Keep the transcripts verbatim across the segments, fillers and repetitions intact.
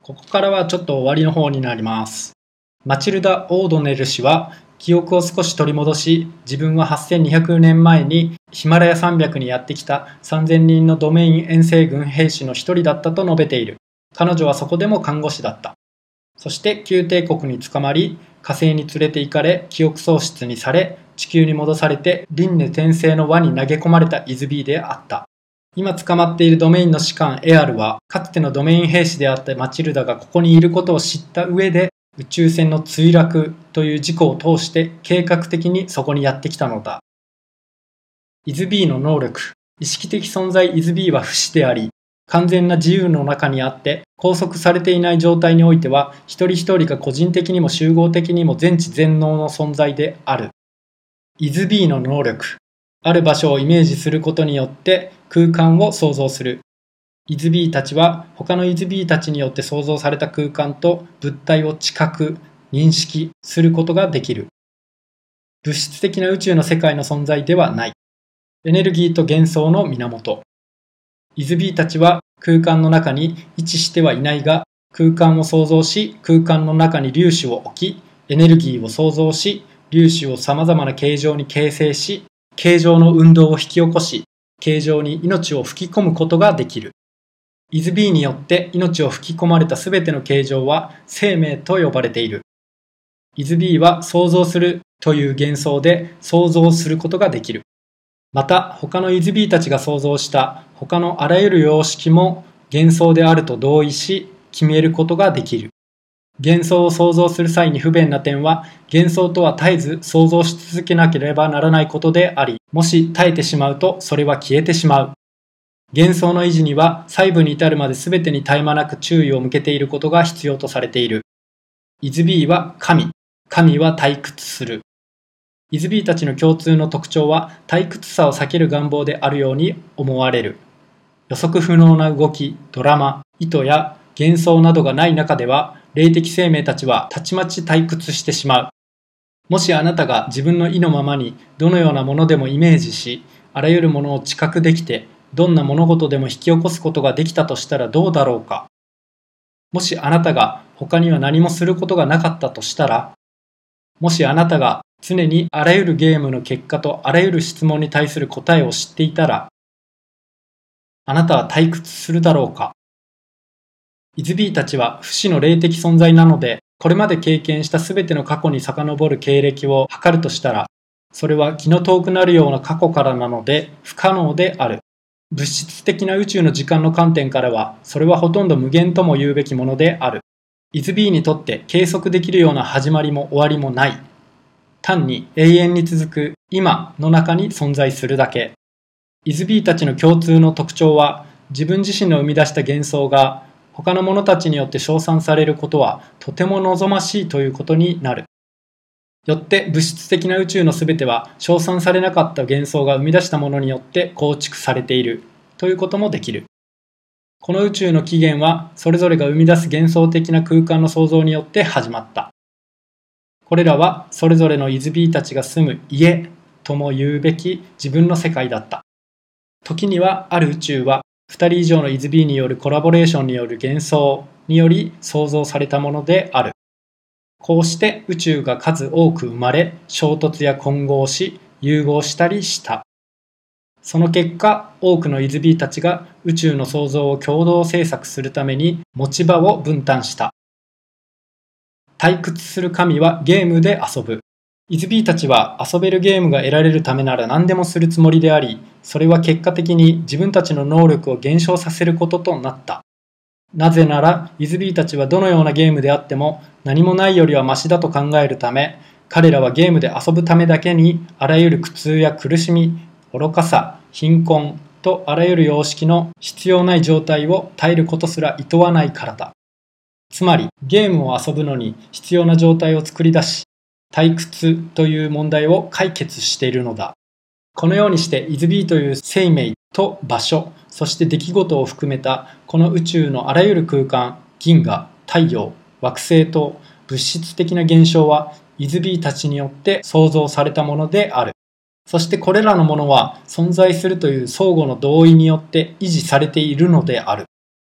ここからはちょっと終わりの方になります。マチルダ・オードネル氏は記憶を少し取り戻し、自分ははっせんにひゃくねんまえにヒマラヤ山脈にやってきたさんぜんにんのドメイン遠征軍兵士の一人だったと述べている。彼女はそこでも看護師だった。そして旧帝国に捕まり、火星に連れて行かれ、記憶喪失にされ、地球に戻されて輪廻転生の輪に投げ込まれたイズビーであった。今捕まっているドメインの士官エアルは、かつてのドメイン兵士であったマチルダがここにいることを知った上で、宇宙船の墜落という事故を通して計画的にそこにやってきたのだ。イズビーの能力。意識的存在イズビーは不死であり、完全な自由の中にあって拘束されていない状態においては、一人一人が個人的にも集合的にも全知全能の存在である。イズビーの能力。ある場所をイメージすることによって空間を想像する。イズビーたちは他のイズビーたちによって創造された空間と物体を知覚、認識することができる。物質的な宇宙の世界の存在ではない。エネルギーと幻想の源。イズビーたちは空間の中に位置してはいないが、空間を創造し、空間の中に粒子を置き、エネルギーを創造し、粒子を様々な形状に形成し、形状の運動を引き起こし、形状に命を吹き込むことができる。イズビーによって命を吹き込まれたすべての形状は生命と呼ばれている。イズビーは想像するという幻想で想像することができる。また他のイズビーたちが想像した他のあらゆる様式も幻想であると同意し決めることができる。幻想を想像する際に不便な点は、幻想とは絶えず想像し続けなければならないことであり、もし絶えてしまうとそれは消えてしまう。幻想の維持には細部に至るまで全てに絶え間なく注意を向けていることが必要とされている。イズビーは神。神は退屈する。イズビーたちの共通の特徴は退屈さを避ける願望であるように思われる。予測不能な動き、ドラマ、意図や幻想などがない中では、霊的生命たちはたちまち退屈してしまう。もしあなたが自分の意のままにどのようなものでもイメージし、あらゆるものを知覚できて、どんな物事でも引き起こすことができたとしたらどうだろうか。もしあなたが他には何もすることがなかったとしたら、もしあなたが常にあらゆるゲームの結果とあらゆる質問に対する答えを知っていたら、あなたは退屈するだろうか。イズビーたちは不死の霊的存在なので、これまで経験したすべての過去に遡る経歴を測るとしたら、それは気の遠くなるような過去からなので不可能である。物質的な宇宙の時間の観点からは、それはほとんど無限とも言うべきものである。イズビーにとって計測できるような始まりも終わりもない。単に永遠に続く今の中に存在するだけ。イズビーたちの共通の特徴は、自分自身の生み出した幻想が他の者たちによって称賛されることはとても望ましいということになる。よって物質的な宇宙のすべては称賛されなかった幻想が生み出したものによって構築されているということもできる。この宇宙の起源はそれぞれが生み出す幻想的な空間の創造によって始まった。これらはそれぞれのイズビーたちが住む家とも言うべき自分の世界だった。時にはある宇宙はふたり以上のイズビーによるコラボレーションによる幻想により創造されたものである。こうして宇宙が数多く生まれ、衝突や混合し、融合したりした。その結果、多くのイズビーたちが宇宙の創造を共同制作するために持ち場を分担した。退屈する神はゲームで遊ぶ。イズビーたちは遊べるゲームが得られるためなら何でもするつもりであり、それは結果的に自分たちの能力を減少させることとなった。なぜなら、イズビーたちはどのようなゲームであっても何もないよりはマシだと考えるため、彼らはゲームで遊ぶためだけにあらゆる苦痛や苦しみ、愚かさ、貧困とあらゆる様式の必要ない状態を耐えることすら厭わないからだ。つまり、ゲームを遊ぶのに必要な状態を作り出し、退屈という問題を解決しているのだ。このようにしてイズビーという生命と場所、そして出来事を含めたこの宇宙のあらゆる空間、銀河、太陽、惑星と物質的な現象はイズビーたちによって創造されたものである。そしてこれらのものは存在するという相互の同意によって維持されているのである。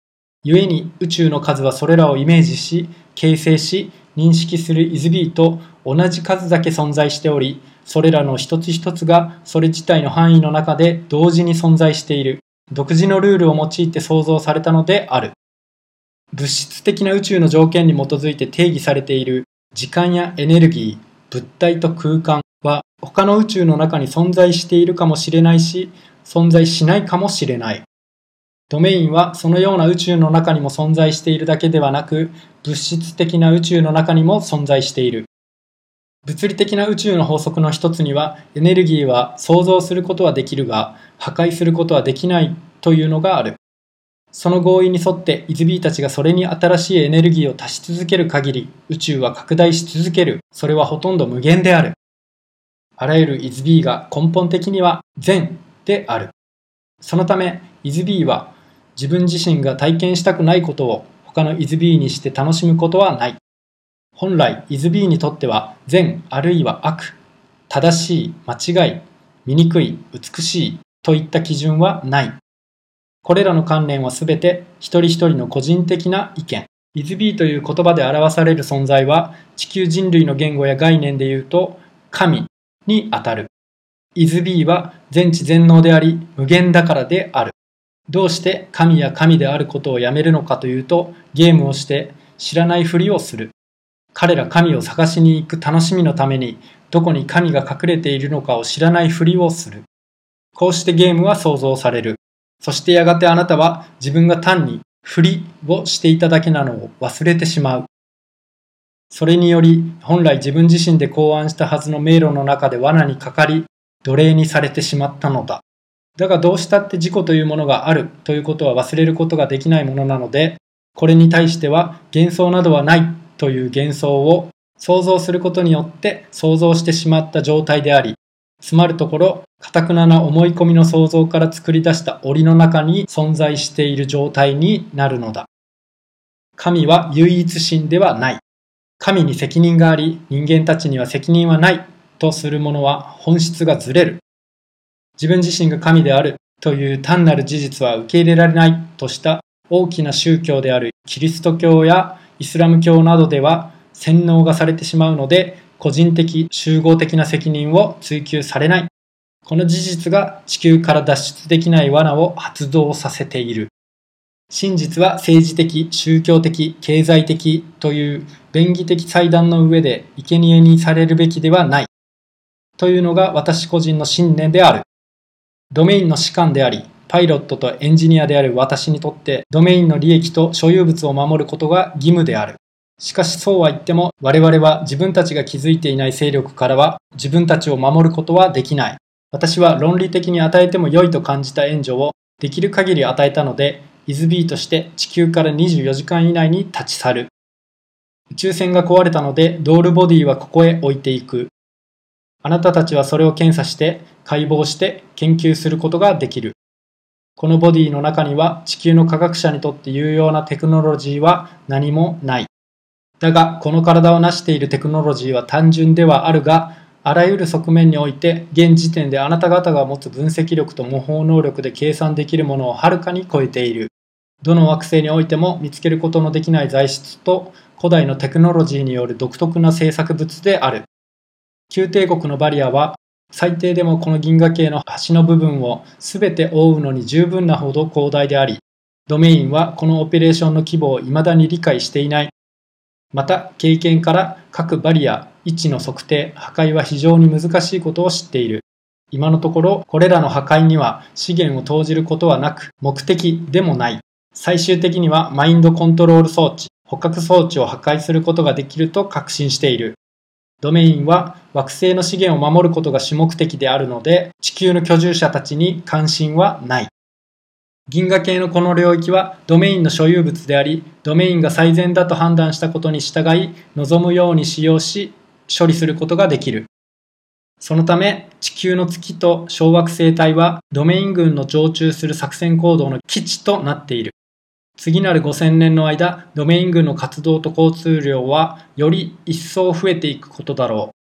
故に宇宙の数はそれらをイメージし、形成し、認識する is be と同じ数だけ存在しており、それらの一つ一つがそれ自体の範囲の中で同時に存在している、独自のルールを用いて創造されたのである。物質的な宇宙の条件に基づいて定義されている時間やエネルギー、物体と空間は他の宇宙の中に存在しているかもしれないし、存在しないかもしれない。ドメインはそのような宇宙の中にも存在しているだけではなく、物質的な宇宙の中にも存在している。物理的な宇宙の法則の一つには、エネルギーは創造することはできるが、破壊することはできないというのがある。その合意に沿って、イズビーたちがそれに新しいエネルギーを足し続ける限り、宇宙は拡大し続ける。それはほとんど無限である。あらゆるイズビーが根本的には善である。そのため、イズビーは自分自身が体験したくないことを他のイズビーにして楽しむことはない。本来、イズビーにとっては善あるいは悪、正しい、間違い、醜い、美しいといった基準はない。これらの観念はすべて一人一人の個人的な意見。イズビーという言葉で表される存在は地球人類の言語や概念で言うと神にあたる。イズビーは全知全能であり無限だからである。どうして神や神であることをやめるのかというと、ゲームをして知らないふりをする。彼ら神を探しに行く楽しみのためにどこに神が隠れているのかを知らないふりをする。こうしてゲームは創造される。そしてやがてあなたは自分が単にふりをしていただけなのを忘れてしまう。それにより本来自分自身で考案したはずの迷路の中で罠にかかり奴隷にされてしまったのだ。だがどうしたって自己というものがあるということは忘れることができないものなので、これに対しては幻想などはないという幻想を想像することによって想像してしまった状態であり、つまるところ、堅くなな思い込みの想像から作り出した檻の中に存在している状態になるのだ。神は唯一神ではない。神に責任があり、人間たちには責任はないとする者は本質がずれる。自分自身が神であるという単なる事実は受け入れられないとした大きな宗教であるキリスト教やイスラム教などでは洗脳がされてしまうので、個人的集合的な責任を追求されない。この事実が地球から脱出できない罠を発動させている。真実は政治的、宗教的、経済的という便宜的裁断の上で生贄にされるべきではない。というのが私個人の信念である。ドメインの士官であり、パイロットとエンジニアである私にとってドメインの利益と所有物を守ることが義務である。しかしそうは言っても我々は自分たちが気づいていない勢力からは自分たちを守ることはできない。私は論理的に与えても良いと感じた援助をできる限り与えたので、イズビーとして地球からにじゅうよじかん以内に立ち去る。宇宙船が壊れたのでドールボディはここへ置いていく。あなたたちはそれを検査して解剖して研究することができる。このボディの中には地球の科学者にとって有用なテクノロジーは何もない。だがこの体を成しているテクノロジーは単純ではあるが、あらゆる側面において現時点であなた方が持つ分析力と模倣能力で計算できるものをはるかに超えている。どの惑星においても見つけることのできない材質と古代のテクノロジーによる独特な制作物である。旧帝国のバリアは最低でもこの銀河系の端の部分を全て覆うのに十分なほど広大であり、ドメインはこのオペレーションの規模を未だに理解していない。また経験から各バリア、位置の測定、破壊は非常に難しいことを知っている。今のところこれらの破壊には資源を投じることはなく、目的でもない。最終的にはマインドコントロール装置、捕獲装置を破壊することができると確信している。ドメインは惑星の資源を守ることが主目的であるので、地球の居住者たちに関心はない。銀河系のこの領域はドメインの所有物であり、ドメインが最善だと判断したことに従い、望むように使用し、処理することができる。そのため、地球の月と小惑星帯はドメイン群の常駐する作戦行動の基地となっている。次なるごせんねんの間、ドメイン群の活動と交通量はより一層増えていくことだろう。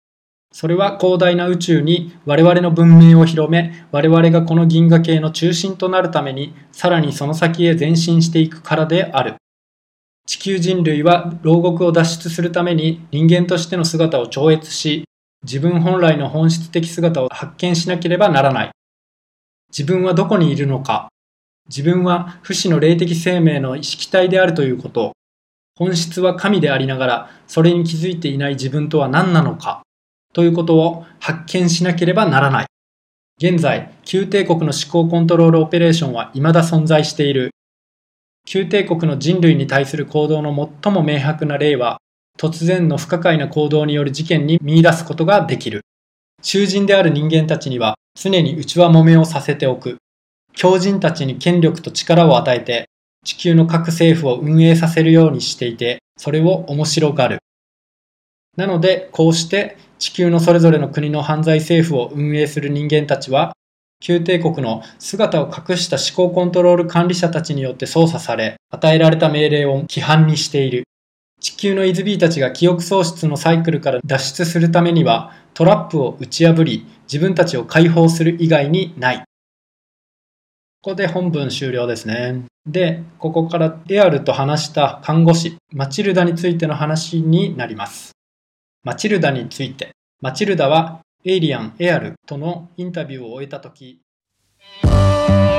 それは広大な宇宙に我々の文明を広め、我々がこの銀河系の中心となるために、さらにその先へ前進していくからである。地球人類は牢獄を脱出するために人間としての姿を超越し、自分本来の本質的姿を発見しなければならない。自分はどこにいるのか。自分は不死の霊的生命の意識体であるということ。本質は神でありながら、それに気づいていない自分とは何なのか。ということを発見しなければならない。現在、旧帝国の思考コントロールオペレーションは未だ存在している。旧帝国の人類に対する行動の最も明白な例は、突然の不可解な行動による事件に見出すことができる。囚人である人間たちには常に内輪もめをさせておく。狂人たちに権力と力を与えて、地球の各政府を運営させるようにしていて、それを面白がる。なので、こうして地球のそれぞれの国の犯罪政府を運営する人間たちは、旧帝国の姿を隠した思考コントロール管理者たちによって操作され、与えられた命令を規範にしている。地球のイズビーたちが記憶喪失のサイクルから脱出するためには、トラップを打ち破り、自分たちを解放する以外にない。ここで本文終了ですね。で、ここからエアルと話した看護師、マチルダについての話になります。マチルダについて。マチルダはエイリアン・エアルとのインタビューを終えたとき、